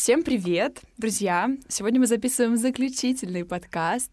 Всем привет, друзья! Сегодня мы записываем заключительный подкаст.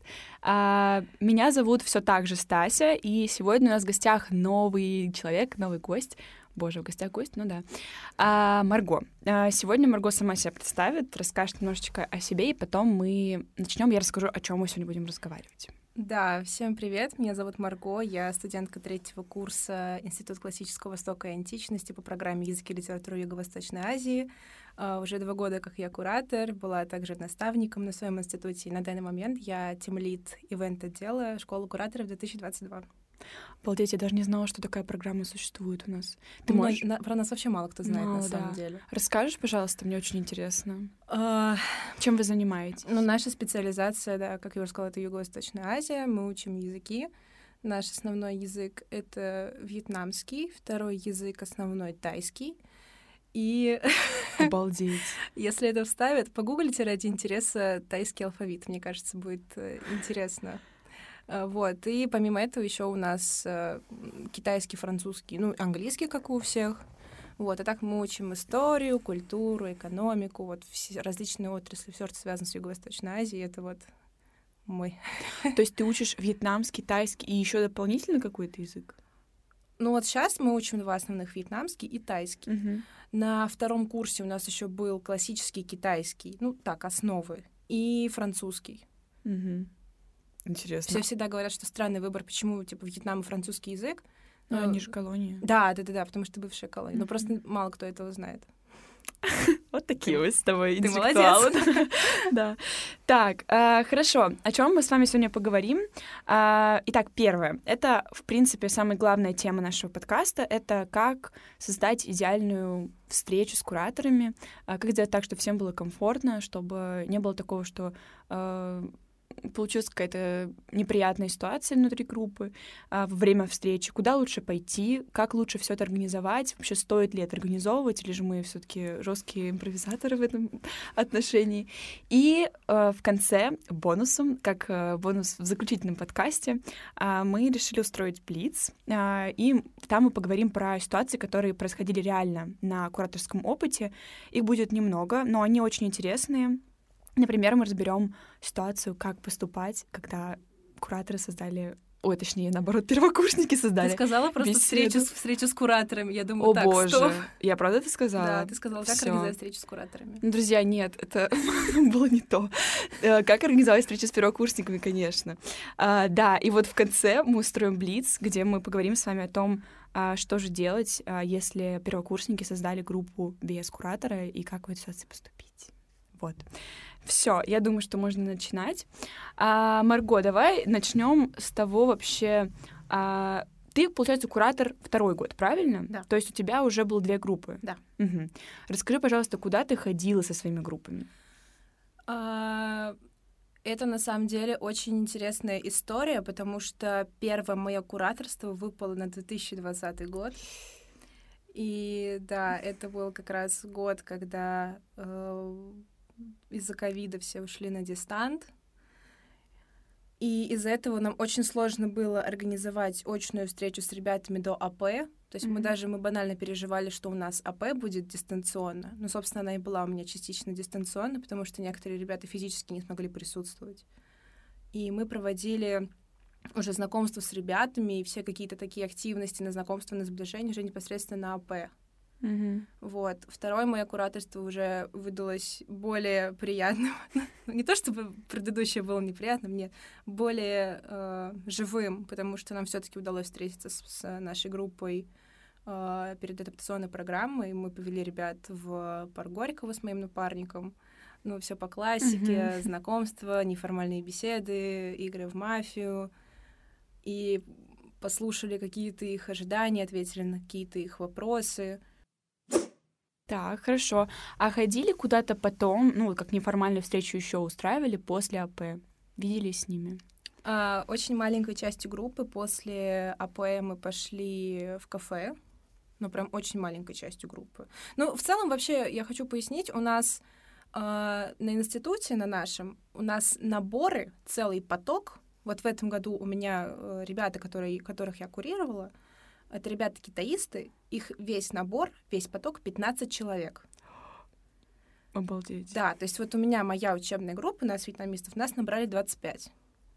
Меня зовут все так же Стася, и сегодня у нас в гостях новый человек, новый гость. Боже, в гостях гость, ну да. Марго. Сегодня Марго сама себя представит, расскажет немножечко о себе, и потом мы начнем. Я расскажу, о чем мы сегодня будем разговаривать. Да, всем привет, меня зовут Марго, я студентка 3-го курса Института классического Востока и античности по программе «Языки и литература Юго-Восточной Азии». Уже 2 года, как я куратор, была также наставником на своем институте, и на данный момент я тимлид ивент-отдела школы кураторов 2022. Обалдеть, я даже не знала, что такая программа существует у нас. Ты можешь... Про нас вообще мало кто знает, на самом деле. Расскажешь, пожалуйста, мне очень интересно. Чем вы занимаетесь? Наша специализация, да, как я уже сказала, это Юго-Восточная Азия. Мы учим языки. Наш основной язык — это вьетнамский, второй язык основной — тайский. И Обалдеть. Если это вставят, погуглите ради интереса тайский алфавит. Мне кажется, будет интересно. Вот. И помимо этого еще у нас китайский, французский, английский, как и у всех. Вот. А так мы учим историю, культуру, экономику, вот все различные отрасли, все, что связано с Юго-Восточной Азией, это вот мой. То есть ты учишь вьетнамский, тайский и еще дополнительно какой-то язык? Вот сейчас мы учим 2 основных: вьетнамский и тайский. Угу. На 2-м курсе у нас еще был классический китайский, основы, и французский. Угу. Интересно. Все всегда говорят, что странный выбор, почему, Вьетнам и французский язык. Они же колония. Да, потому что бывшая колония. Но просто мало кто этого знает. Вот такие мы с тобой Ты интеллектуалы. Да. Так, хорошо. О чем мы с вами сегодня поговорим? Итак, первое. Это, в принципе, самая главная тема нашего подкаста. Это как создать идеальную встречу с кураторами, как сделать так, чтобы всем было комфортно, чтобы не было такого, что получилась какая-то неприятная ситуация внутри группы во время встречи, куда лучше пойти, как лучше все это организовать, вообще стоит ли это организовывать, или же мы все-таки жесткие импровизаторы в этом отношении. И в конце бонусом, как бонус в заключительном подкасте, мы решили устроить блиц, и там мы поговорим про ситуации, которые происходили реально на кураторском опыте. Их будет немного, но они очень интересные. Например, мы разберем ситуацию, как поступать, когда кураторы создали... Ой, точнее, наоборот, первокурсники создали. Ты сказала просто встречу с кураторами. Я думаю, так, боже. Стоп. Я правда это сказала? Да, ты сказала, как организовать встречу с кураторами. Друзья, нет, это было не то. Как организовать встречу с первокурсниками, конечно. Да, и вот в конце мы устроим блиц, где мы поговорим с вами о том, что же делать, если первокурсники создали группу без куратора, и как в этой ситуации поступить. Вот. Все, я думаю, что можно начинать. Марго, давай начнем с того вообще. Ты, получается, куратор 2-й год, правильно? Да. То есть у тебя уже было 2 группы? Да. Угу. Расскажи, пожалуйста, куда ты ходила со своими группами? Это, на самом деле, очень интересная история, потому что первое мое кураторство выпало на 2020 год. И да, это был как раз год, когда из-за ковида все ушли на дистант. И из-за этого нам очень сложно было организовать очную встречу с ребятами до АП. То есть мы банально переживали, что у нас АП будет дистанционно. Собственно, она и была у меня частично дистанционно, потому что некоторые ребята физически не смогли присутствовать. И мы проводили уже знакомство с ребятами и все какие-то такие активности на знакомство, на сближение уже непосредственно на АП. Вот. 2-е мое кураторство уже выдалось более приятным. Не то чтобы предыдущее было неприятным, нет, более живым, потому что нам все-таки удалось встретиться с нашей группой перед адаптационной программой. Мы повели ребят в парк Горького с моим напарником. Все по классике, знакомства, неформальные беседы, игры в мафию. И послушали какие-то их ожидания, ответили на какие-то их вопросы. Так, хорошо. А ходили куда-то потом, как неформальную встречу еще устраивали после АП? Виделись с ними? Очень маленькой частью группы после АП мы пошли в кафе, прям очень маленькой частью группы. В целом, вообще, я хочу пояснить, у нас на институте, на нашем, у нас наборы, целый поток. Вот в этом году у меня ребята, которых я курировала, это ребята-китаисты, их весь набор, весь поток 15 человек. Обалдеть. Да, то есть вот у меня моя учебная группа, нас вьетнамистов, нас набрали 25.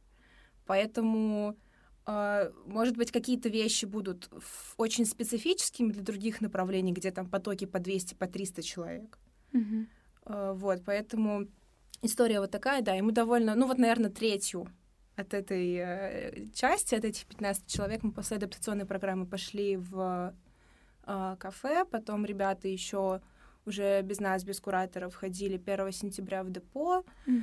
Поэтому, может быть, какие-то вещи будут очень специфическими для других направлений, где там потоки по 200, по 300 человек. Вот, поэтому история вот такая, да, и мы довольно, ну вот, наверное, третью от этой части, от этих 15 человек, мы после адаптационной программы пошли в кафе, потом ребята еще уже без нас, без кураторов, ходили 1 сентября в депо.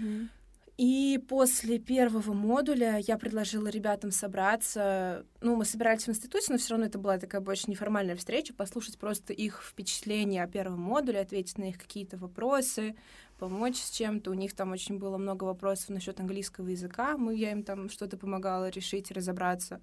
И после первого модуля я предложила ребятам собраться. Ну, мы собирались в институте, но все равно это была такая больше неформальная встреча, послушать просто их впечатления о первом модуле, ответить на их какие-то вопросы, помочь с чем-то. У них там очень было много вопросов насчет английского языка. Я им там что-то помогала решить, разобраться.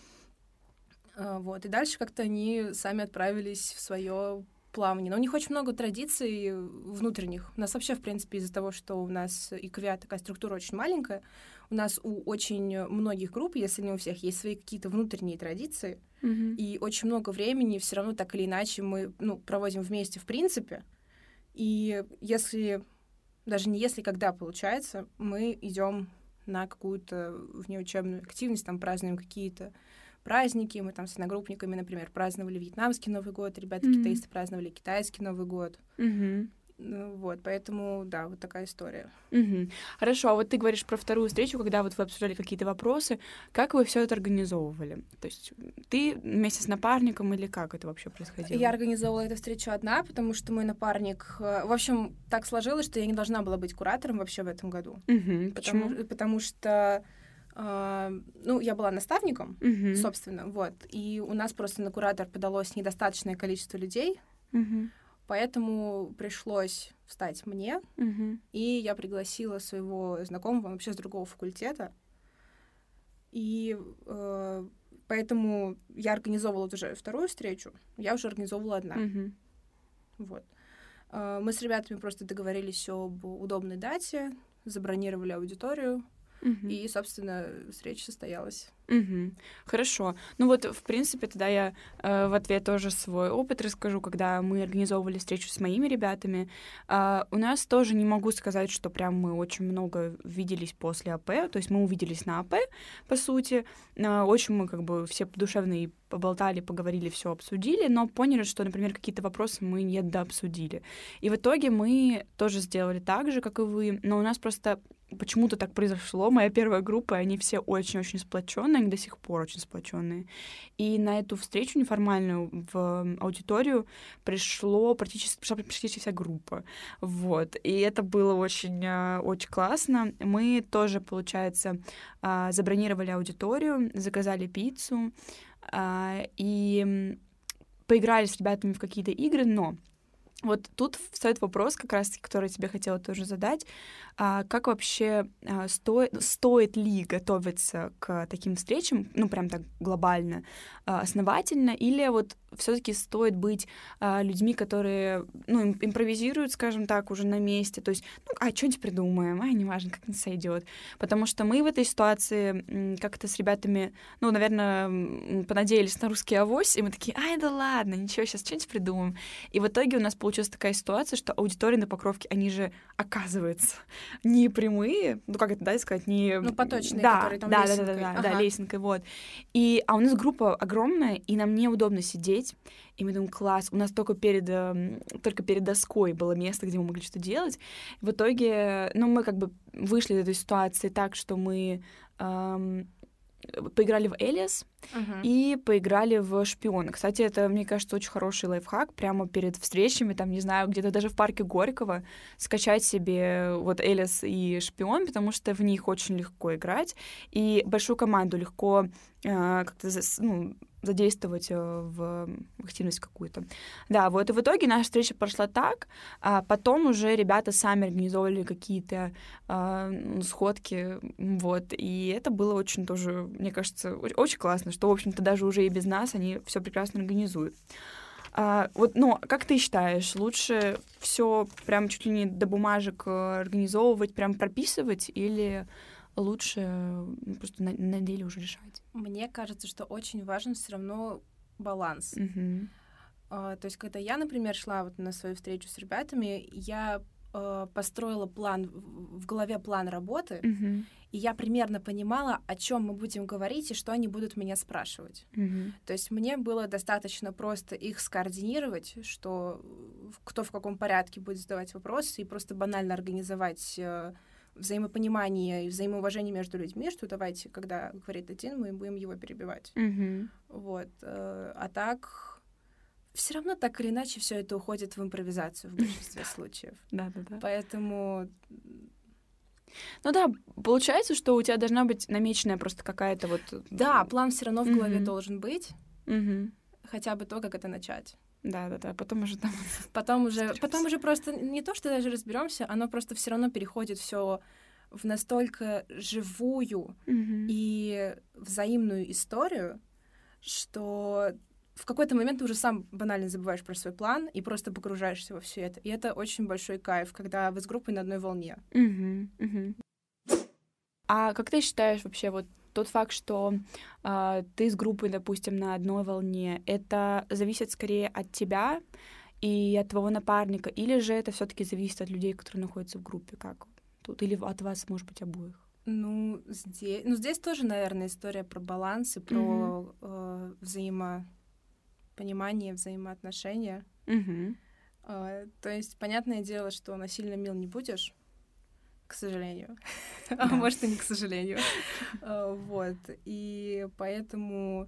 Вот. И дальше как-то они сами отправились в свое плавание. Но у них очень много традиций внутренних. У нас вообще, в принципе, из-за того, что у нас и КВИА такая структура очень маленькая, у нас у очень многих групп, если не у всех, есть свои какие-то внутренние традиции, и очень много времени все равно так или иначе мы проводим вместе в принципе. И если, даже не если, когда получается, мы идем на какую-то внеучебную активность, там празднуем какие-то праздники, мы там с одногруппниками, например, праздновали вьетнамский Новый год, ребята-китаисты праздновали китайский Новый год. Вот, поэтому, да, вот такая история. Хорошо, а вот ты говоришь про вторую встречу, когда вот вы обсуждали какие-то вопросы. Как вы все это организовывали? То есть ты вместе с напарником или как это вообще происходило? Я организовывала эту встречу одна, потому что мой напарник... В общем, так сложилось, что я не должна была быть куратором вообще в этом году. Почему? Потому что я была наставником, собственно, вот, и у нас просто на куратор подалось недостаточное количество людей, поэтому пришлось встать мне, и я пригласила своего знакомого вообще с другого факультета, и поэтому я организовывала уже вторую встречу, я уже организовывала одна. Вот. Мы с ребятами просто договорились об удобной дате, забронировали аудиторию, и, собственно, встреча состоялась. Хорошо. Ну вот, в принципе, тогда я в ответ тоже свой опыт расскажу, когда мы организовывали встречу с моими ребятами. У нас тоже не могу сказать, что прям мы очень много виделись после АП, то есть мы увиделись на АП, по сути. Очень мы как бы все душевно и поболтали, поговорили, все обсудили, но поняли, что, например, какие-то вопросы мы не дообсудили. И в итоге мы тоже сделали так же, как и вы, но у нас просто почему-то так произошло. Моя первая группа, они все очень-очень сплоченные, они до сих пор очень сплоченные. И на эту встречу неформальную в аудиторию пришла практически вся группа. Вот. И это было очень классно. Мы тоже, получается, забронировали аудиторию, заказали пиццу и поиграли с ребятами в какие-то игры, но вот тут встает вопрос, как раз, который я тебе хотела тоже задать. Как вообще стоит ли готовиться к таким встречам, ну, прям так глобально, основательно, или вот все-таки стоит быть людьми, которые, ну, импровизируют, скажем так, уже на месте, то есть, что-нибудь придумаем, неважно, как не сойдет. Потому что мы в этой ситуации как-то с ребятами, ну, наверное, понадеялись на русский авось, и мы такие, да ладно, ничего, сейчас что-нибудь придумаем. И в итоге у нас получилась такая ситуация, что аудитории на Покровке, они же, оказывается, не прямые, как это сказать, не... Ну, поточные, которые там лесенкой. Да, лесенкой, вот. А у нас группа огромная, и нам неудобно сидеть, и мы думаем, класс, у нас только перед доской было место, где мы могли что-то делать. В итоге, мы как бы вышли из этой ситуации так, что мы поиграли в Элиас и поиграли в Шпиона. Кстати, это, мне кажется, очень хороший лайфхак. Прямо перед встречами, там, не знаю, где-то даже в парке Горького скачать себе вот Элиас и Шпион, потому что в них очень легко играть, и большую команду легко как-то задействовать в активность какую-то. Да, вот, и в итоге наша встреча прошла так, а потом уже ребята сами организовывали какие-то сходки, вот, и это было очень тоже, мне кажется, очень классно, что, в общем-то, даже уже и без нас они все прекрасно организуют. Как ты считаешь, лучше все прям чуть ли не до бумажек организовывать, прям прописывать, или лучше просто на деле уже решать? Мне кажется, что очень важен все равно баланс. То есть, когда я, например, шла вот на свою встречу с ребятами, я построила план, в голове план работы, Мгм. и я примерно понимала, о чем мы будем говорить и что они будут меня спрашивать. Мгм. То есть мне было достаточно просто их скоординировать, что кто в каком порядке будет задавать вопросы, и просто банально организовать взаимопонимание и взаимоуважение между людьми, что давайте, когда говорит один, мы будем его перебивать. Мгм. Вот. А так все равно так или иначе все это уходит в импровизацию в большинстве случаев. Да-да-да. Поэтому Ну да, получается, что у тебя должна быть намеченная просто какая-то вот... да, план все равно в голове Мгм. должен быть, Мгм. хотя бы то, как это начать. Да-да-да, потом уже там... Потом уже разберёмся. просто не то, что даже разберемся, оно просто все равно переходит все в настолько живую Мгм. и взаимную историю, что в какой-то момент ты уже сам банально забываешь про свой план и просто погружаешься во все это. И это очень большой кайф, когда вы с группой на одной волне. Мгм. Мгм. А как ты считаешь вообще вот тот факт, что ты с группой, допустим, на одной волне, это зависит скорее от тебя и от твоего напарника, или же это все-таки зависит от людей, которые находятся в группе, как тут, или от вас, может быть, обоих? Здесь тоже, наверное, история про баланс и про взаимопонимание, взаимоотношения. Мгм. То есть, понятное дело, что насильно мил не будешь, к сожалению. А Да. может, и не к сожалению. Вот. И поэтому...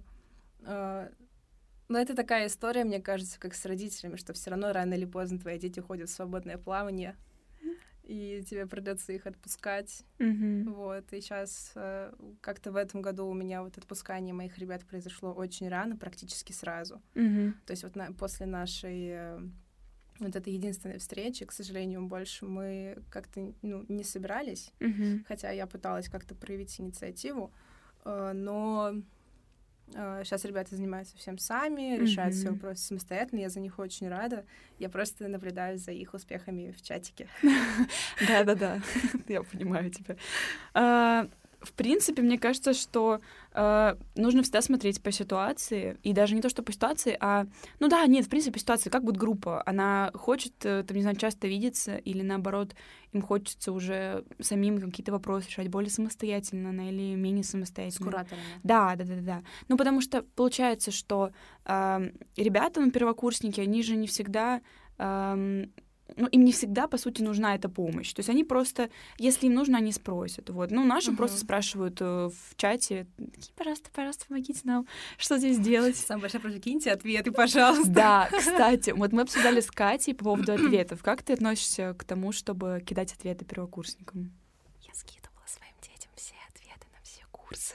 Но это такая история, мне кажется, как с родителями, что все равно рано или поздно твои дети ходят в свободное плавание, и тебе придется их отпускать. Мгм. Вот. И сейчас как-то в этом году у меня вот отпускание моих ребят произошло очень рано, практически сразу. Мгм. То есть вот после нашей вот этой единственной встречи, к сожалению, больше мы как-то не собирались, Мгм. хотя я пыталась как-то проявить инициативу, но сейчас ребята занимаются всем сами, решают все Мгм. вопросы самостоятельно, я за них очень рада. Я просто наблюдаю за их успехами в чатике. Да-да-да, я понимаю тебя. В принципе, мне кажется, что нужно всегда смотреть по ситуации, и даже не то, что по ситуации, ну да, нет, в принципе, ситуация, как будет группа, она хочет, там, не знаю, часто видеться, или наоборот, им хочется уже самим какие-то вопросы решать более самостоятельно, или менее С самостоятельно. кураторами. Да. Ну, потому что получается, что ребята, первокурсники, они же не всегда... им не всегда, по сути, нужна эта помощь. То есть они просто, если им нужно, они спросят. Вот. Ну, наши просто спрашивают в чате, пожалуйста, помогите нам, что здесь делать. Самое большое, просто киньте ответы, пожалуйста. Да, кстати, вот мы обсуждали с Катей по поводу ответов. Как ты относишься к тому, чтобы кидать ответы первокурсникам? Я скидывала своим детям все ответы на все курсы.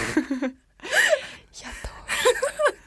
Я тоже.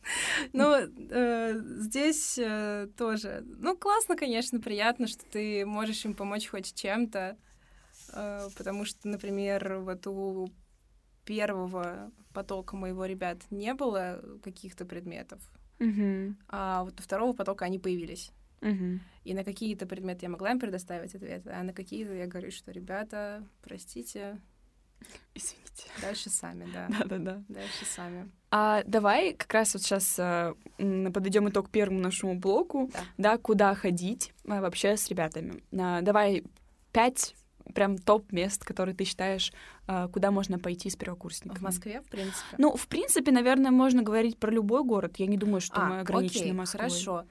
Здесь тоже. Классно, конечно, приятно, что ты можешь им помочь хоть чем-то, потому что, например, вот у первого потока моего ребят не было каких-то предметов, а вот у второго потока они появились. И на какие-то предметы я могла им предоставить ответы, а на какие-то я говорю, что, ребята, простите, извините. Дальше сами, да. Да. Дальше сами. Давай как раз вот сейчас подведем итог первому нашему блоку, да, куда ходить вообще с ребятами. Давай 5 прям топ-мест, которые ты считаешь, куда можно пойти с первокурсниками. В Москве, в принципе? В принципе, наверное, можно говорить про любой город. Я не думаю, что мы ограничены Москвой. Хорошо.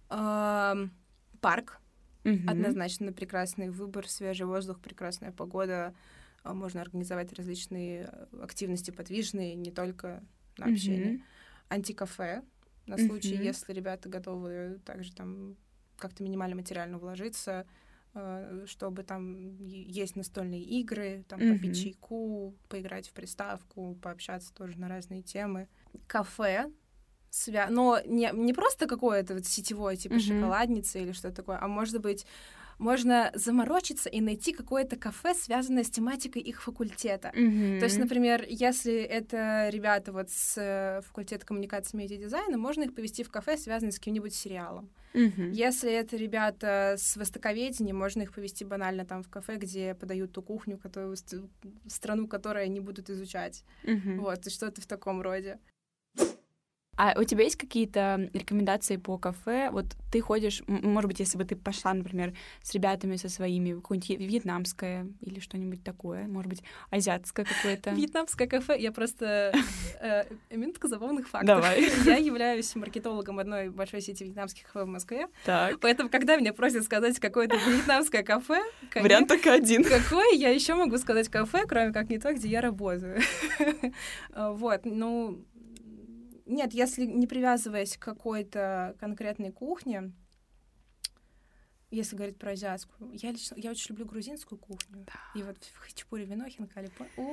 Парк. Однозначно прекрасный выбор, свежий воздух, прекрасная погода. Можно организовать различные активности подвижные, не только на общение. Антикафе, на случай, если ребята готовы также там как-то минимально материально вложиться, чтобы там есть настольные игры, там попить чайку, поиграть в приставку, пообщаться тоже на разные темы. Кафе, но не просто какое-то вот сетевое, типа шоколадница или что-то такое, а может быть, можно заморочиться и найти какое-то кафе, связанное с тематикой их факультета. То есть, например, если это ребята вот с факультета коммуникации и медиадизайна, можно их повести в кафе, связанное с каким-нибудь сериалом. Если это ребята с востоковедения, можно их повести банально там в кафе, где подают ту кухню, страну, которую они будут изучать. Вот, и что-то в таком роде. А у тебя есть какие-то рекомендации по кафе? Вот ты ходишь, может быть, если бы ты пошла, например, с ребятами со своими, в какое-нибудь вьетнамское или что-нибудь такое, может быть, азиатское какое-то? Вьетнамское кафе, я просто... Минутка забавных фактов. Давай. Я являюсь маркетологом одной большой сети вьетнамских кафе в Москве. Так. Поэтому, когда меня просят сказать какое-то вьетнамское кафе... Вариант только один. Какое я еще могу сказать кафе, кроме как не то, где я работаю? Вот, ну... Нет, если не привязываясь к какой-то конкретной кухне, если говорить про азиатскую, я очень люблю грузинскую кухню. Да. И вот в хачапури вино, хинкали...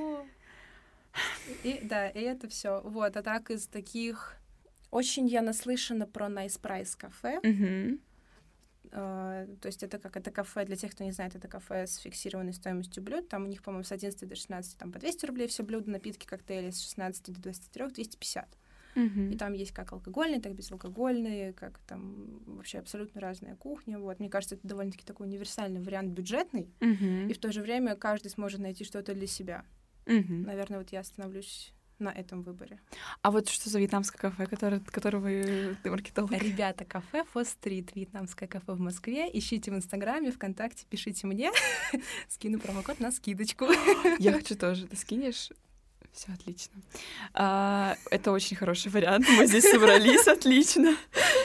И это все. Вот, а так из таких... Очень я наслышана про Nice Price кафе. То есть это кафе, для тех, кто не знает, это кафе с фиксированной стоимостью блюд. Там у них, по-моему, с 11 до 16 там по 200 рублей все блюда, напитки, коктейли с 16 до 23, 250. И там есть как алкогольные, так и безалкогольные, как там вообще абсолютно разная кухня. Вот. Мне кажется, это довольно-таки такой универсальный вариант, бюджетный, и в то же время каждый сможет найти что-то для себя. Наверное, вот я остановлюсь на этом выборе. А вот что за вьетнамское кафе, которого ты маркетолог? Ребята, кафе Фо-стрит, вьетнамское кафе в Москве. Ищите в Инстаграме, ВКонтакте, пишите мне. Скину промокод на скидочку. Я хочу тоже. Ты скинешь? Все отлично. Это очень хороший вариант. Мы здесь собрались, отлично.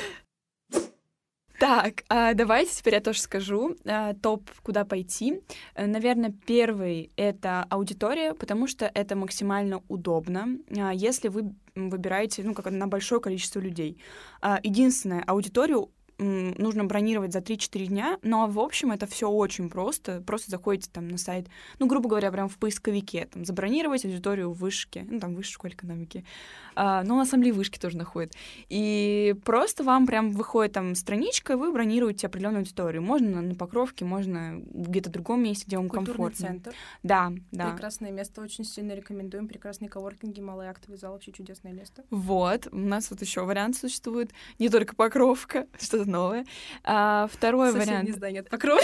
Так, давайте теперь я тоже скажу топ, куда пойти. Наверное, первый — это аудитория, потому что это максимально удобно, если вы выбираете, как на большое количество людей. Единственное, аудиторию нужно бронировать за 3-4 дня, но в общем это все очень просто. Просто заходите там на сайт, грубо говоря, прям в поисковике, там, забронировать аудиторию в вышке, там, высшей школе экономики. Но на самом деле вышки тоже находят. И просто вам прям выходит там страничка, и вы бронируете определенную аудиторию. Можно на Покровке, можно где-то в другом месте, где вам комфортно. Культурный центр. Да. Прекрасное место, очень сильно рекомендуем. Прекрасные коворкинги, малый актовый зал, вообще чудесное место. Вот, у нас вот еще вариант существует. Не только Покровка, что-то новое. Второй вариант. Соседнее здание от Покровки.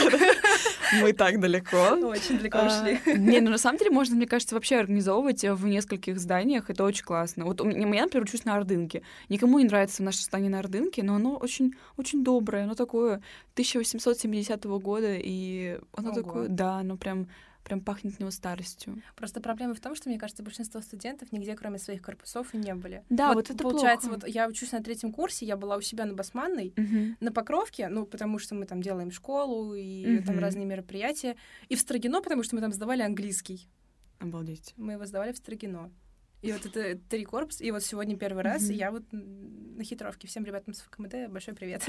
Мы так далеко. Очень далеко ушли. Не, на самом деле можно, мне кажется, вообще организовывать в нескольких зданиях. Это очень классно. Вот я, например, учусь на Ордынке. Никому не нравится наше здание на Ордынке, но оно очень, очень доброе. Оно такое 1870 года, и оно такое, да, оно прям пахнет от него старостью. Просто проблема в том, что, мне кажется, большинство студентов нигде, кроме своих корпусов, и не были. Да, вот это получается, плохо. Вот я учусь на 3-м курсе, я была у себя на Басманной, на Покровке, потому что мы там делаем школу и там разные мероприятия, и в Строгино, потому что мы там сдавали английский. Обалдеть. Мы его сдавали в Строгино. И вот это 3 корпуса, и вот сегодня первый раз, и я вот на Хитровке. Всем ребятам с ФКМД большой привет.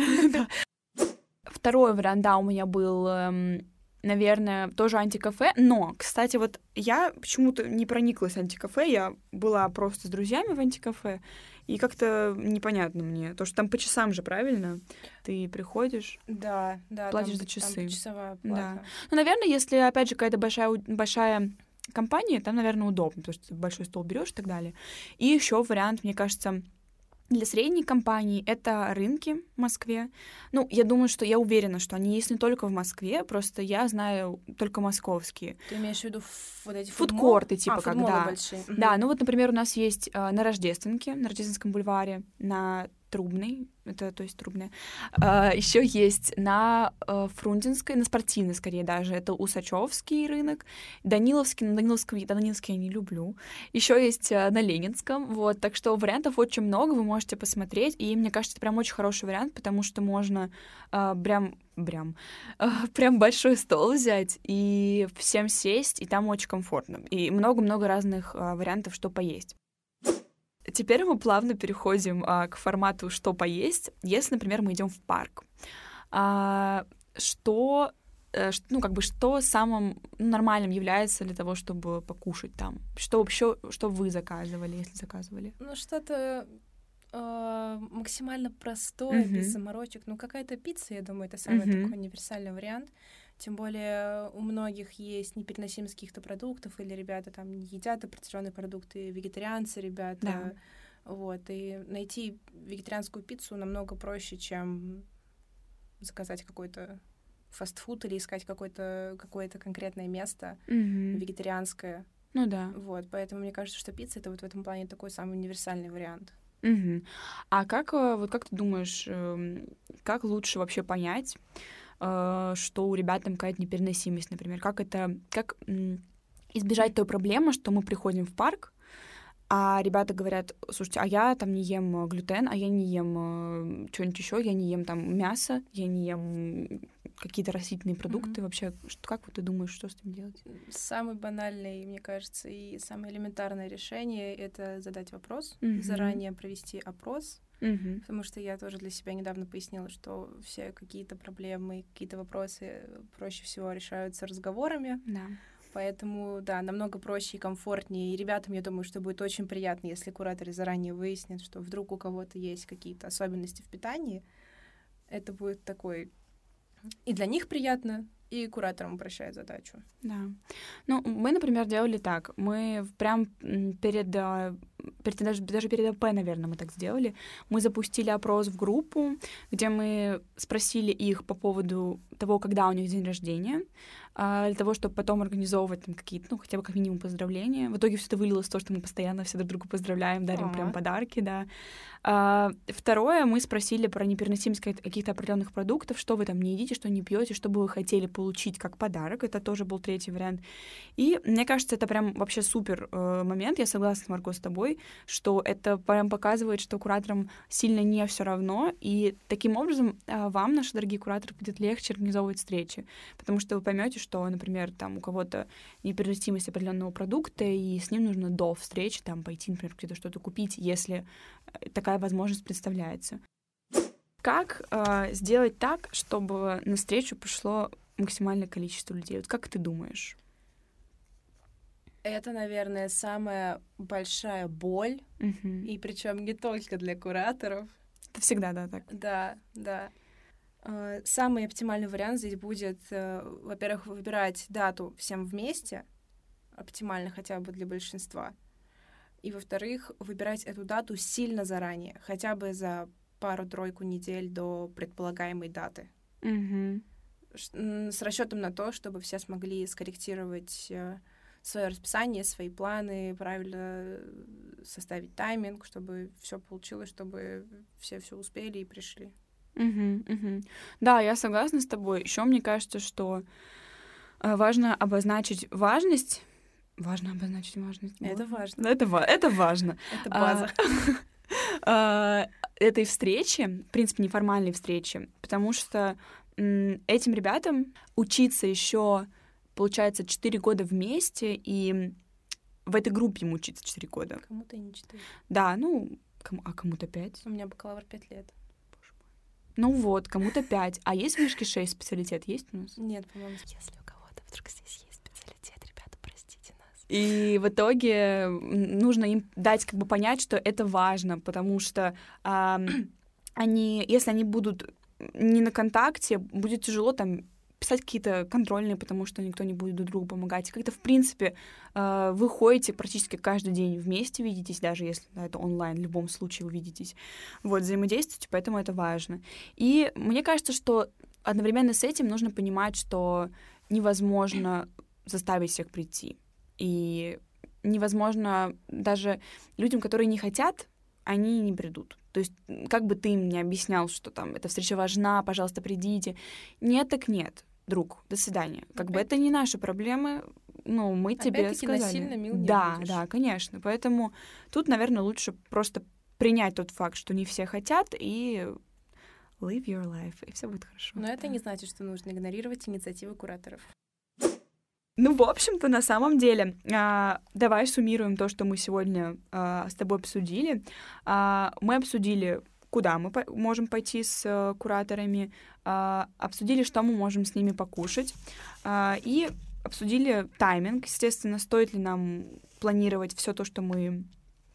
Второй вариант, да, у меня был... наверное, тоже антикафе. Но, кстати, вот я почему-то не прониклась антикафе. Я была просто с друзьями в антикафе. И как-то непонятно мне. То, что там по часам же, правильно? Ты приходишь, да, платишь за часы. Там часовая плата. Да. Наверное, если, опять же, какая-то большая компания, там, наверное, удобно, потому что ты большой стол берешь и так далее. И еще вариант, мне кажется, для средней компании — это рынки в Москве. Я думаю, что я уверена, что они есть не только в Москве, просто я знаю только московские. Ты имеешь в виду вот эти фудкорты, типа, когда... большие. Да, например, у нас есть на Рождественке, на Рождественском бульваре, на Трубной, это, то есть Трубная. Еще есть на Фрунзенской, на Спортивной, скорее даже, это Усачевский рынок, Даниловский, на Даниловский я не люблю. Еще есть на Ленинском, вот, так что вариантов очень много, вы можете посмотреть, и мне кажется, это прям очень хороший вариант, потому что можно прям большой стол взять и всем сесть, и там очень комфортно, и много-много разных вариантов, что поесть. Теперь мы плавно переходим к формату «что поесть», если, например, мы идем в парк. Что самым нормальным является для того, чтобы покушать там? Что вы заказывали, если заказывали? Что-то максимально простое, без заморочек. Какая-то пицца, я думаю, это самый такой универсальный вариант. Тем более у многих есть непереносимость каких-то продуктов, или ребята там не едят определенные продукты, вегетарианцы ребята. Да. Вот, и найти вегетарианскую пиццу намного проще, чем заказать какой-то фастфуд или искать какое-то конкретное место вегетарианское. Ну да. Вот, поэтому мне кажется, что пицца — это вот в этом плане такой самый универсальный вариант. Угу. А как ты думаешь, как лучше вообще понять, что у ребят там какая-то непереносимость, например? Как избежать той проблемы, что мы приходим в парк, а ребята говорят: слушайте, а я там не ем глютен, а я не ем что-нибудь еще, я не ем там мясо, я не ем какие-то растительные продукты. Вообще, как ты думаешь, что с этим делать? Самый банальный, мне кажется, и самое элементарное решение — это задать вопрос, заранее провести опрос, потому что я тоже для себя недавно пояснила, что все какие-то проблемы, какие-то вопросы проще всего решаются разговорами. Да. Поэтому, да, намного проще и комфортнее. И ребятам, я думаю, что будет очень приятно, если кураторы заранее выяснят, что вдруг у кого-то есть какие-то особенности в питании. Это будет такой... И для них приятно, и кураторам упрощает задачу. Да. Ну, мы, например, делали так. Мы прям даже перед АП, наверное, мы так сделали. Мы запустили опрос в группу, где мы спросили их по поводу того, когда у них день рождения, для того, чтобы потом организовывать там какие-то, хотя бы как минимум поздравления. В итоге все это вылилось в то, что мы постоянно все друг друга поздравляем, дарим прям подарки, да. Второе, мы спросили про непереносимость каких-то определенных продуктов, что вы там не едите, что не пьете, что бы вы хотели получить как подарок. Это тоже был третий вариант. И мне кажется, это прям вообще супер момент. Я согласна, Марго, с тобой, что это прям показывает, что кураторам сильно не все равно, и таким образом вам, наши дорогие кураторы, будет легче организовывать встречи, потому что вы поймете, что, например, там у кого-то непереносимость определенного продукта, и с ним нужно до встречи там пойти, например, где-то что-то купить, если такая возможность представляется. Как сделать так, чтобы на встречу пришло максимальное количество людей? Вот как ты думаешь? Это, наверное, самая большая боль, и причем не только для кураторов. Это всегда, да, так? Да. Самый оптимальный вариант здесь будет, во-первых, выбирать дату всем вместе, оптимально хотя бы для большинства, и, во-вторых, выбирать эту дату сильно заранее, хотя бы за пару-тройку недель до предполагаемой даты. С расчетом на то, чтобы все смогли скорректировать свое расписание, свои планы, правильно составить тайминг, чтобы все получилось, чтобы все успели и пришли. Да, я согласна с тобой. Еще мне кажется, что важно обозначить важность. Важно обозначить важность. Это важно. Это важно. Это база. Этой встречи, в принципе, неформальной встречи, потому что этим ребятам учиться еще, получается, 4 года вместе, и в этой группе ему учиться 4 года. Кому-то и не 4. Да, кому-то 5. У меня бакалавр 5 лет. Ну вот, кому-то 5. А есть в вышке 6 специалитет? Есть у нас? Нет, по-моему. Если у кого-то вдруг здесь есть специалитет, ребята, простите нас. И в итоге нужно им дать как бы понять, что это важно, потому что если они будут не на контакте, будет тяжело там писать какие-то контрольные, потому что никто не будет друг другу помогать. И как-то, в принципе, вы ходите практически каждый день вместе, видитесь, даже если это онлайн, в любом случае вы видитесь. Вот, взаимодействуете, поэтому это важно. И мне кажется, что одновременно с этим нужно понимать, что невозможно заставить всех прийти. И невозможно даже людям, которые не хотят, они не придут. То есть как бы ты им не объяснял, что там эта встреча важна, пожалуйста, придите. Нет, так нет, друг, до свидания. Как бы это не наши проблемы, мы тебе сказали. Насильно мил не будешь. Да, конечно. Поэтому тут, наверное, лучше просто принять тот факт, что не все хотят, и live your life, и все будет хорошо. Но это не значит, что нужно игнорировать инициативы кураторов. В общем-то, на самом деле, давай суммируем то, что мы сегодня с тобой обсудили. Мы обсудили, куда мы можем пойти с кураторами, обсудили, что мы можем с ними покушать, и обсудили тайминг, естественно, стоит ли нам планировать все то, что мы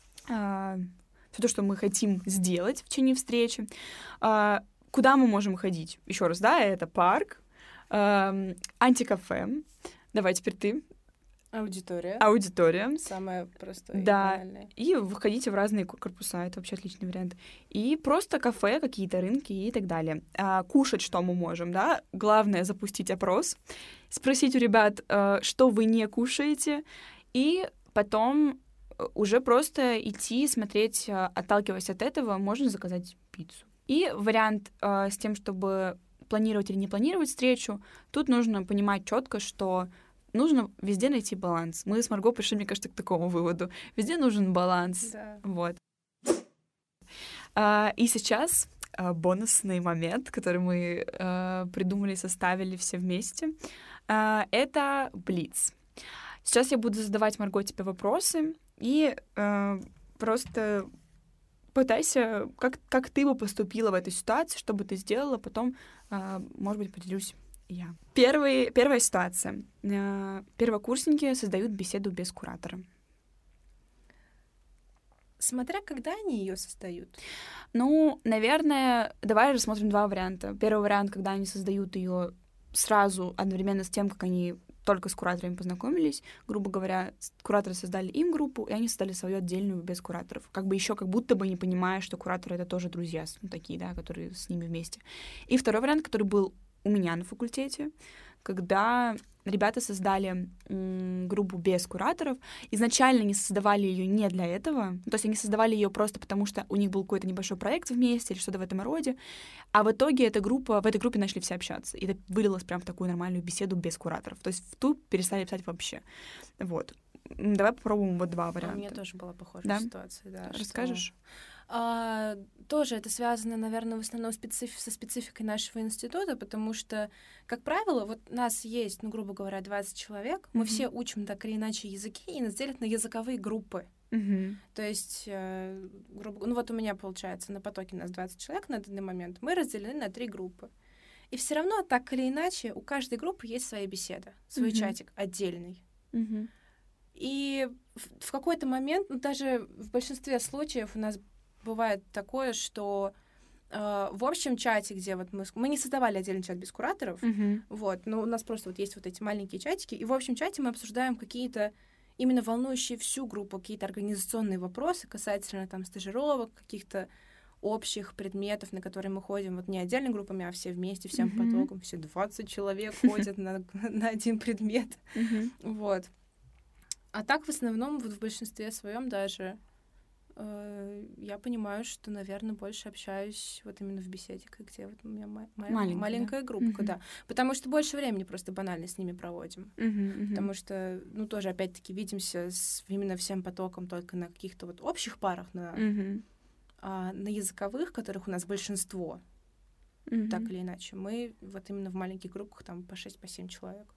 хотим сделать в течение встречи. Куда мы можем ходить? Еще раз, да, это парк, антикафе. Давай теперь ты. Аудитория. Самое простое. Да. И выходите в разные корпуса. Это вообще отличный вариант. И просто кафе, какие-то рынки и так далее. Кушать что мы можем, да? Главное — запустить опрос, спросить у ребят, что вы не кушаете, и потом уже просто идти, смотреть, отталкиваясь от этого, можно заказать пиццу. И вариант с тем, чтобы планировать или не планировать встречу, тут нужно понимать четко, что нужно везде найти баланс. Мы с Марго пришли, мне кажется, к такому выводу. Везде нужен баланс. Да. Вот. И сейчас бонусный момент, который мы придумали, составили все вместе, это блиц. Сейчас я буду задавать, Марго, тебе вопросы, и просто пытайся, как ты бы поступила в этой ситуации, что бы ты сделала, потом, может быть, поделюсь я. Первая ситуация. Первокурсники создают беседу без куратора. Смотря когда они ее создают. Ну, наверное, давай рассмотрим два варианта. Первый вариант, когда они создают ее сразу, одновременно с тем, как они только с кураторами познакомились, грубо говоря, кураторы создали им группу, и они создали свою отдельную без кураторов. Как бы еще как будто бы не понимая, что кураторы — это тоже друзья, ну, такие, да, которые с ними вместе. И второй вариант, который был у меня на факультете, когда ребята создали группу без кураторов. Изначально они создавали ее не для этого, то есть они создавали ее просто потому, что у них был какой-то небольшой проект вместе или что-то в этом роде, а в итоге в этой группе начали все общаться, и это вылилось прям в такую нормальную беседу без кураторов. То есть в ту перестали писать вообще. Вот. Давай попробуем вот два варианта. У меня тоже была похожая ситуация. Да, расскажешь? Тоже это связано, наверное, в основном со спецификой нашего института, потому что, как правило, вот нас есть, ну, грубо говоря, 20 человек, мы все учим так или иначе языки, и нас делят на языковые группы. То есть, ну вот у меня, получается, на потоке нас 20 человек на данный момент, мы разделены на 3 группы. И все равно, так или иначе, у каждой группы есть своя беседа, свой чатик отдельный. И в какой-то момент, ну, даже в большинстве случаев у нас бывает такое, что в общем чате, где вот мы не создавали отдельный чат без кураторов, вот, но у нас просто вот есть вот эти маленькие чатики, и в общем чате мы обсуждаем какие-то именно волнующие всю группу, какие-то организационные вопросы касательно там стажировок, каких-то общих предметов, на которые мы ходим, вот не отдельными группами, а все вместе, всем потоком, все 20 человек ходят на один предмет, вот. А так, в основном, вот в большинстве своем даже я понимаю, что, наверное, больше общаюсь вот именно в беседе, где вот у меня маленькая группа, да. Потому что больше времени просто банально с ними проводим. Потому что, ну, тоже, опять-таки, видимся именно всем потоком только на каких-то вот общих парах, на языковых, которых у нас большинство, так или иначе. Мы вот именно в маленьких группах, там, по 6-7 человек.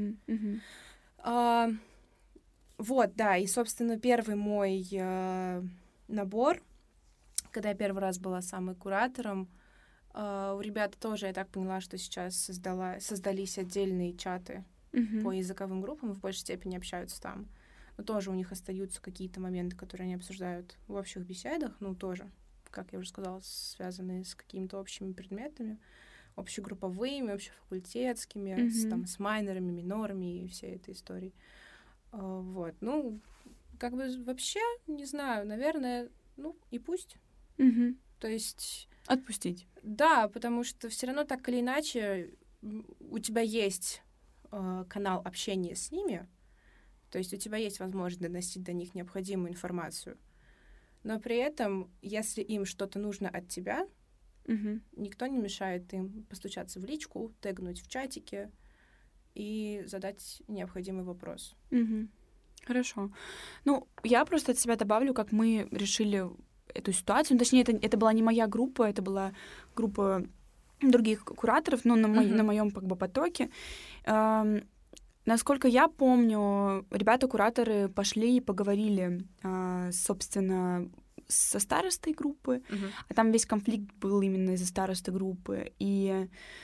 Вот, да, и, собственно, первый мой набор, когда я первый раз была самой куратором, у ребят тоже, я так поняла, что сейчас создались отдельные чаты по языковым группам, в большей степени общаются там. Но тоже у них остаются какие-то моменты, которые они обсуждают в общих беседах, ну, тоже, как я уже сказала, связанные с какими-то общими предметами, общегрупповыми, общефакультетскими, с майнерами, минорами и всей этой историей. Вот, ну, как бы вообще, не знаю, наверное, ну, и пусть. То есть... Отпустить. Да, потому что все равно так или иначе у тебя есть канал общения с ними, то есть у тебя есть возможность доносить до них необходимую информацию, но при этом, если им что-то нужно от тебя, никто не мешает им постучаться в личку, тегнуть в чатике и задать необходимый вопрос. Хорошо. Ну, я просто от себя добавлю, как мы решили эту ситуацию. Ну, точнее, это была не моя группа, это была группа других кураторов, но на моем как бы потоке. Насколько я помню, ребята-кураторы пошли и поговорили, собственно, со старостой группы, а там весь конфликт был именно из-за старосты группы. И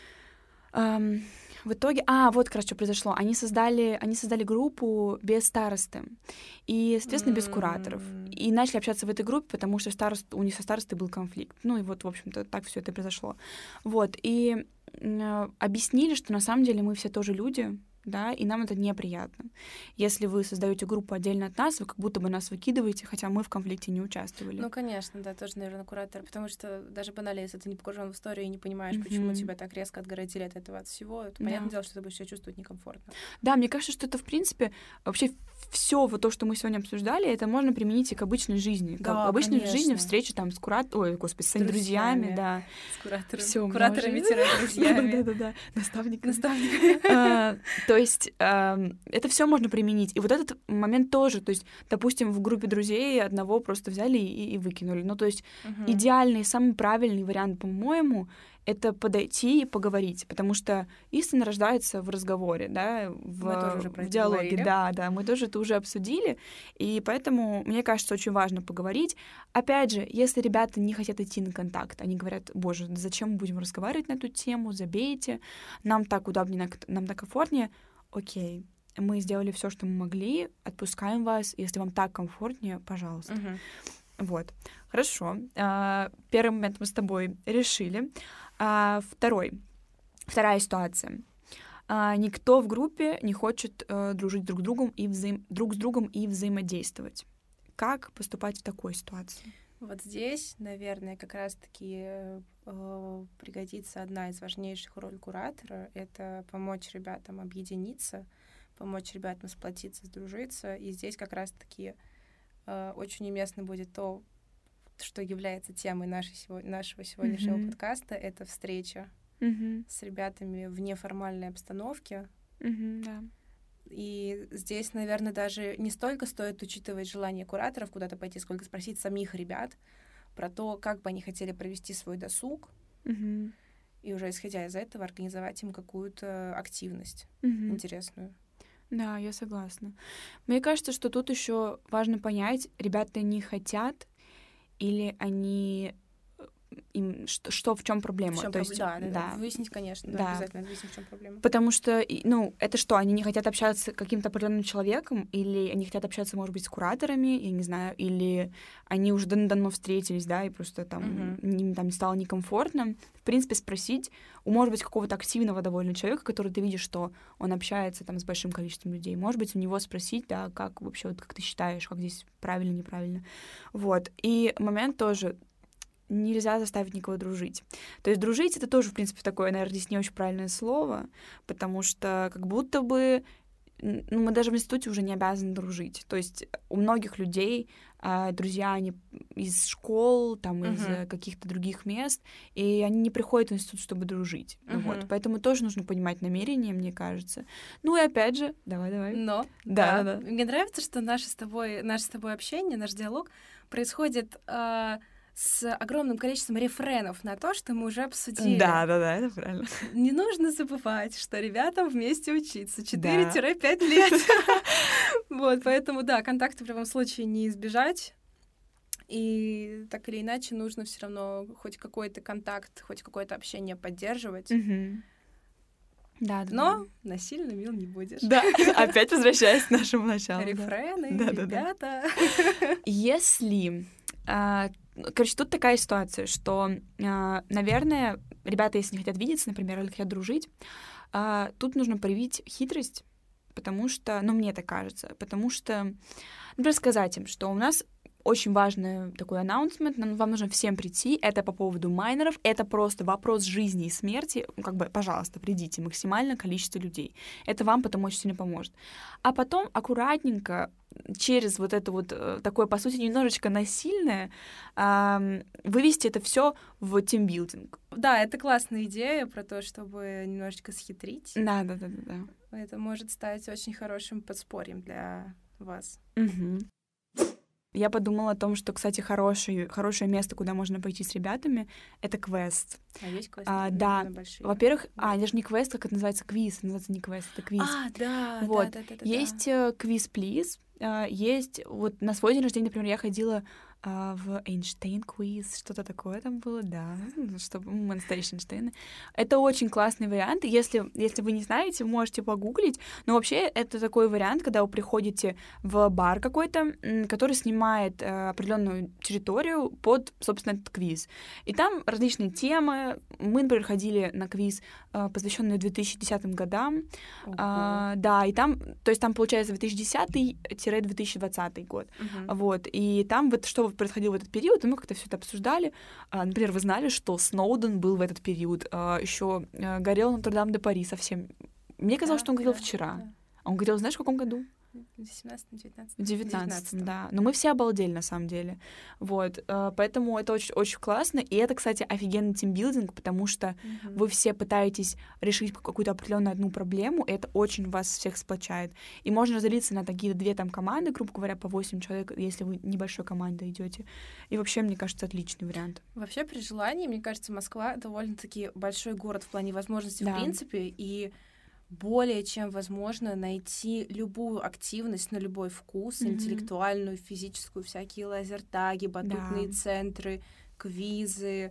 в итоге... вот как раз что произошло. Они создали группу без старосты. И, соответственно, без кураторов. И начали общаться в этой группе, потому что у них со старостой был конфликт. Ну и вот, в общем-то, так все это произошло. Вот. И объяснили, что на самом деле мы все тоже люди, да, и нам это неприятно. Если вы создаете группу отдельно от нас, вы как будто бы нас выкидываете, хотя мы в конфликте не участвовали. Ну, конечно, да, тоже, наверное, куратор, потому что даже банально, если ты не погружен в историю и не понимаешь, почему тебя так резко отгородили от этого, от всего, то понятное дело, что ты будешь себя чувствовать некомфортно. Да, мне кажется, что это, в принципе, вообще все вот то, что мы сегодня обсуждали, это можно применить и к обычной жизни. Да, к обычной конечно. жизни, встречи там с с своими друзьями, да. С куратором. Всё, Кураторами-друзьями. Да-да-да, наставниками. Наставниками. То есть это все можно применить. И вот этот момент тоже, то есть, допустим, в группе друзей одного просто взяли и выкинули. Ну, то есть идеальный, самый правильный вариант, по-моему, это подойти и поговорить, потому что истина рождается в разговоре, да, в диалоге. Да, мы тоже это уже обсудили, и поэтому, мне кажется, очень важно поговорить. Опять же, если ребята не хотят идти на контакт, они говорят: боже, да зачем мы будем разговаривать на эту тему, забейте, нам так удобнее, нам так комфортнее. Окей, мы сделали все, что мы могли, отпускаем вас, если вам так комфортнее, пожалуйста. Вот, хорошо. Первый момент мы с тобой решили. Вторая ситуация. Никто в группе не хочет дружить друг с другом и взаимодействовать. Как поступать в такой ситуации? Вот здесь, наверное, как раз-таки пригодится одна из важнейших ролей куратора — это помочь ребятам объединиться, помочь ребятам сплотиться, сдружиться. И здесь как раз-таки очень уместно будет то, что является темой нашего сегодняшнего подкаста, это встреча с ребятами в неформальной обстановке. Да. И здесь, наверное, даже не столько стоит учитывать желание кураторов куда-то пойти, сколько спросить самих ребят про то, как бы они хотели провести свой досуг, и уже исходя из этого организовать им какую-то активность интересную. Да, я согласна. Мне кажется, что тут еще важно понять, ребята не хотят или они в чем проблема. Выяснить, конечно, да, обязательно выяснить, в чем проблема. Потому что, это что, они не хотят общаться с каким-то определенным человеком, или они хотят общаться, может быть, с кураторами, я не знаю, или они уже давно встретились, да, и просто там им стало некомфортно. В принципе, спросить может быть, какого-то активного довольно человека, который ты видишь, что он общается там с большим количеством людей. Может быть, у него спросить, да, как вообще, вот как ты считаешь, как здесь правильно, неправильно. Вот. И момент тоже, нельзя заставить никого дружить. То есть дружить — это тоже, в принципе, такое, наверное, здесь не очень правильное слово, потому что как будто бы мы даже в институте уже не обязаны дружить. То есть у многих людей друзья, они из школ, там, из каких-то других мест, и они не приходят в институт, чтобы дружить. Вот. Поэтому тоже нужно понимать намерения, мне кажется. Ну и опять же, давай. Да. Мне нравится, что наше с тобой общение, наш диалог происходит с огромным количеством рефренов на то, что мы уже обсудили. Да, это правильно. Не нужно забывать, что ребятам вместе учиться 4-5 лет. Вот, поэтому, да, контакты в любом случае не избежать. И так или иначе нужно все равно хоть какой-то контакт, хоть какое-то общение поддерживать. Да. Но насильно мил не будешь. Да, опять возвращаясь к нашему началу. Рефрены, ребята. Если... Короче, тут такая ситуация, что, наверное, ребята, если не хотят видеться, например, или хотят дружить, тут нужно проявить хитрость, потому что, мне так кажется, потому что, например, сказать им, что у нас очень важный такой анонсмент, вам нужно всем прийти, это по поводу майнеров, это просто вопрос жизни и смерти, пожалуйста, придите, максимальное количество людей. Это вам потом очень сильно поможет. А потом аккуратненько через вот это вот такое, по сути, немножечко насильное, вывести это все в тимбилдинг. Да, это классная идея про то, чтобы немножечко схитрить. Да. Это может стать очень хорошим подспорьем для вас. Я подумала о том, что, кстати, хорошее место, куда можно пойти с ребятами, это квест. А есть квесты? Да. Большие. Во-первых, даже не квест, как это называется, квиз. Называется не квест, это квиз. Да. Вот. Есть квиз-плиз. Есть... Вот на свой день рождения, например, я ходила в Эйнштейн-квиз, что-то такое там было, да, чтобы мы настоящие Эйнштейны. Это очень классный вариант. Если вы не знаете, вы можете погуглить. Но вообще это такой вариант, когда вы приходите в бар какой-то, который снимает определенную территорию под, собственно, этот квиз. И там различные темы. Мы, например, ходили на квиз, посвященный 2010 годам. Да, и там, то есть там, получается, 2010-2020 год. Вот. И там вот что происходило в этот период, и мы как-то все это обсуждали. Например, вы знали, что Сноуден был в этот период. Еще горел Нотр-Дам-де-Пари совсем. Мне казалось, что он горел вчера. Да. А он горел, знаешь, в каком году? В 18-19. В 19-м, да. Но мы все обалдели, на самом деле. Вот. Поэтому это очень классно. И это, кстати, офигенный тимбилдинг, потому что вы все пытаетесь решить какую-то определенную одну проблему, и это очень вас всех сплочает. И можно разделиться на такие 2 там команды, грубо говоря, по 8 человек, если вы небольшой командой идете. И вообще, мне кажется, отличный вариант. Вообще, при желании, мне кажется, Москва довольно-таки большой город в плане возможностей, Да. в принципе, и более чем возможно найти любую активность на любой вкус, интеллектуальную, физическую, всякие лазертаги, батутные центры, квизы,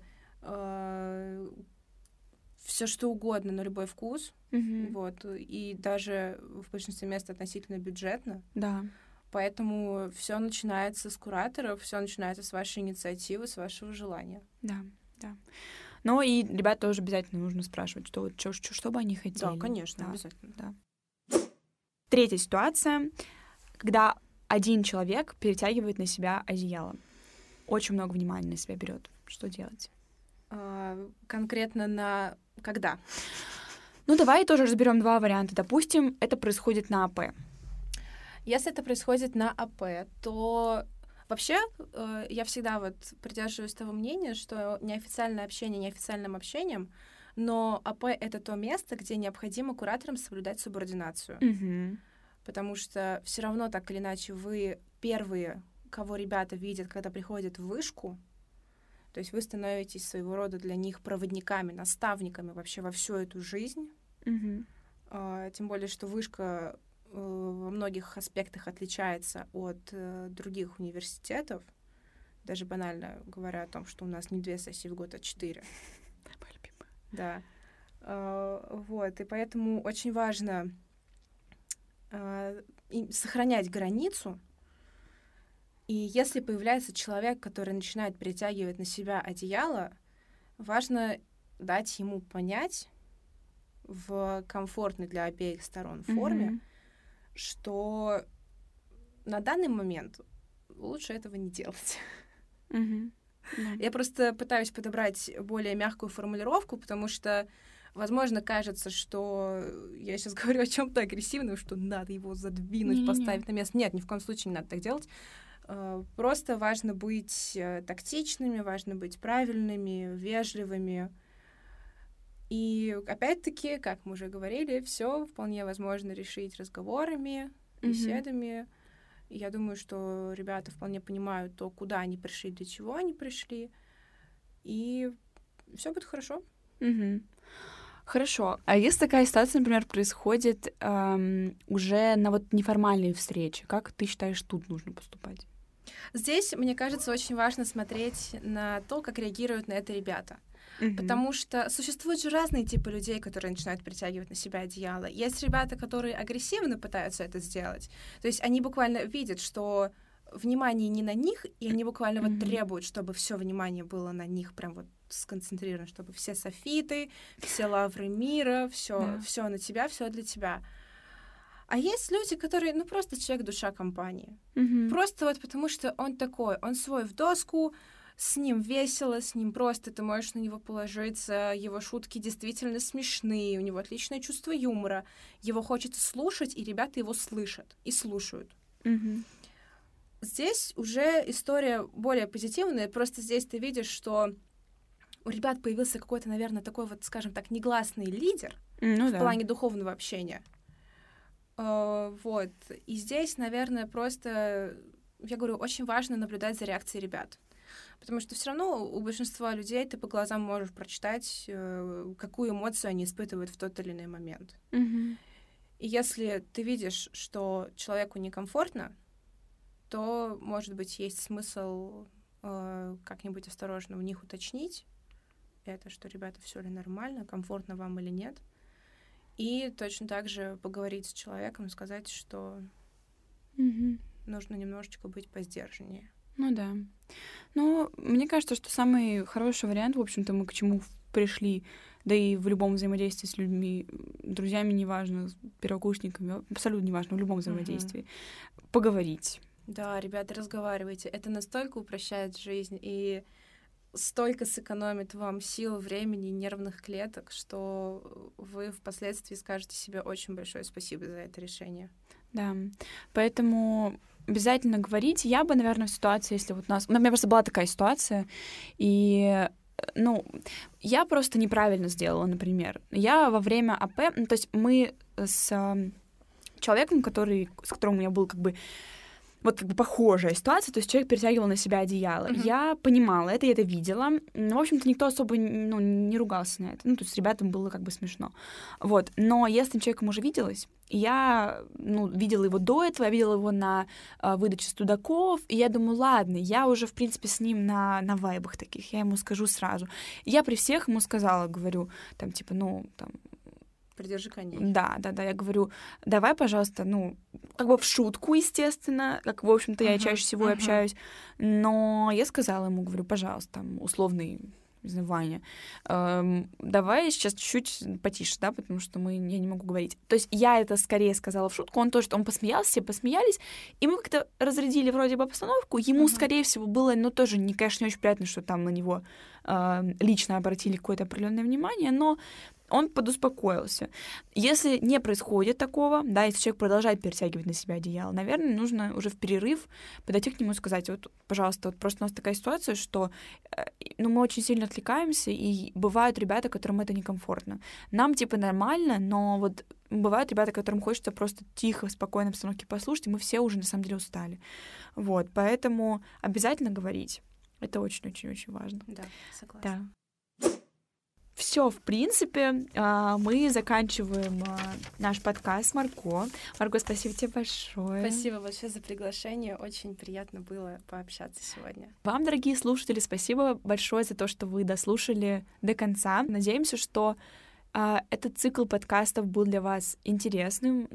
все что угодно на любой вкус. Вот. И даже в большинстве мест относительно бюджетно. Да. Поэтому все начинается с кураторов, все начинается с вашей инициативы, с вашего желания. Да, да. Но и ребят тоже обязательно нужно спрашивать, что бы они хотели. Да, конечно, обязательно. Да. Третья ситуация, когда один человек перетягивает на себя одеяло. Очень много внимания на себя берет. Что делать? Конкретно на когда? Ну, давай тоже разберем 2 варианта. Допустим, это происходит на АП. Если это происходит на АП, то вообще я всегда вот придерживаюсь того мнения, что неофициальное общение неофициальным общением, но АП — это то место, где необходимо кураторам соблюдать субординацию. Потому что все равно так или иначе вы первые, кого ребята видят, когда приходят в вышку, то есть вы становитесь своего рода для них проводниками, наставниками вообще во всю эту жизнь. Тем более, что вышка во многих аспектах отличается от других университетов. Даже банально говоря о том, что у нас не 2 сессии в год, а 4. Моя любимая. Да. Вот. И поэтому очень важно сохранять границу. И если появляется человек, который начинает перетягивать на себя одеяло, важно дать ему понять в комфортной для обеих сторон форме, что на данный момент лучше этого не делать. Я просто пытаюсь подобрать более мягкую формулировку, потому что, возможно, кажется, что я сейчас говорю о чем-то агрессивном, что надо его задвинуть, поставить на место. Нет, ни в коем случае не надо так делать. Просто важно быть тактичными, важно быть правильными, вежливыми. И опять-таки, как мы уже говорили, все вполне возможно решить разговорами, беседами. И я думаю, что ребята вполне понимают то, куда они пришли, для чего они пришли. И все будет хорошо. Хорошо. А если такая ситуация, например, происходит уже на вот неформальной встрече, как ты считаешь, тут нужно поступать? Здесь, мне кажется, очень важно смотреть на то, как реагируют на это ребята. Потому что существуют же разные типы людей, которые начинают притягивать на себя одеяло. Есть ребята, которые агрессивно пытаются это сделать. То есть они буквально видят, что внимание не на них, и они буквально вот требуют, чтобы все внимание было на них, прям вот сконцентрировано, чтобы все софиты, все лавры мира, все на тебя, все для тебя. А есть люди, которые, ну, просто человек, душа компании. Просто вот потому что он такой, он свой в доску, с ним весело, с ним просто, ты можешь на него положиться, его шутки действительно смешные, у него отличное чувство юмора, его хочется слушать, и ребята его слышат и слушают. Здесь уже история более позитивная, просто здесь ты видишь, что у ребят появился какой-то, наверное, такой вот, скажем так, негласный лидер в плане духовного общения. Вот. И здесь, наверное, просто, я говорю, очень важно наблюдать за реакцией ребят. Потому что все равно у большинства людей ты по глазам можешь прочитать, какую эмоцию они испытывают в тот или иной момент. И если ты видишь, что человеку некомфортно, то, может быть, есть смысл как-нибудь осторожно у них уточнить это, что, ребята, все ли нормально, комфортно вам или нет. И точно так же поговорить с человеком, сказать, что нужно немножечко быть посдержаннее. Ну да. Ну, мне кажется, что самый хороший вариант, в общем-то, мы к чему пришли, да и в любом взаимодействии с людьми, друзьями, неважно, с первокурсниками, абсолютно неважно, в любом взаимодействии, поговорить. Да, ребята, разговаривайте. Это настолько упрощает жизнь и столько сэкономит вам сил, времени, нервных клеток, что вы впоследствии скажете себе очень большое спасибо за это решение. Да, поэтому обязательно говорить. Я бы, наверное, в ситуации, если вот у меня просто была такая ситуация, и, я просто неправильно сделала, например. Я во время АП, то есть мы с человеком, с которым у меня был похожая ситуация, то есть человек перетягивал на себя одеяло. Я понимала это, я это видела. В общем-то, никто особо не ругался на это. То есть ребятам было смешно. Вот. Но я с этим человеком уже виделась. Я видела его до этого, я видела его на выдаче студаков, и я думаю, ладно, я уже, в принципе, с ним на вайбах таких, я ему скажу сразу. Я при всех ему сказала, говорю, придержи коней. Да, я говорю, давай, пожалуйста, в шутку, естественно, как, в общем-то, я чаще всего общаюсь, но я сказала ему, говорю, пожалуйста, условный, не знаю, Ваня, давай сейчас чуть-чуть потише, да, потому что я не могу говорить. То есть я это скорее сказала в шутку, он посмеялся, все посмеялись, и мы как-то разрядили вроде бы обстановку, ему, скорее всего, было, тоже, конечно, не очень приятно, что там на него лично обратили какое-то определенное внимание, но он подуспокоился. Если не происходит такого, да, если человек продолжает перетягивать на себя одеяло, наверное, нужно уже в перерыв подойти к нему и сказать, вот, пожалуйста, вот просто у нас такая ситуация, что мы очень сильно отвлекаемся, и бывают ребята, которым это некомфортно. Нам, нормально, но вот бывают ребята, которым хочется просто тихо, в спокойной обстановке послушать, и мы все уже, на самом деле, устали. Вот, поэтому обязательно говорить. Это очень-очень-очень важно. Да, согласна. Да. Все, в принципе, мы заканчиваем наш подкаст с Марго. Марго, спасибо тебе большое. Спасибо большое за приглашение. Очень приятно было пообщаться сегодня. Вам, дорогие слушатели, спасибо большое за то, что вы дослушали до конца. Надеемся, что этот цикл подкастов был для вас интересным,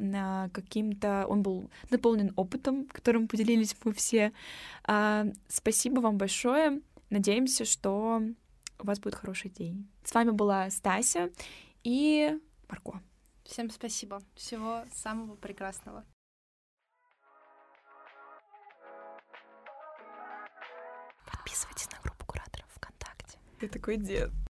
он был наполнен опытом, которым поделились мы все. Спасибо вам большое. Надеемся, что у вас будет хороший день. С вами была Стася и Марго. Всем спасибо. Всего самого прекрасного. Подписывайтесь на группу кураторов ВКонтакте. Ты такой дед.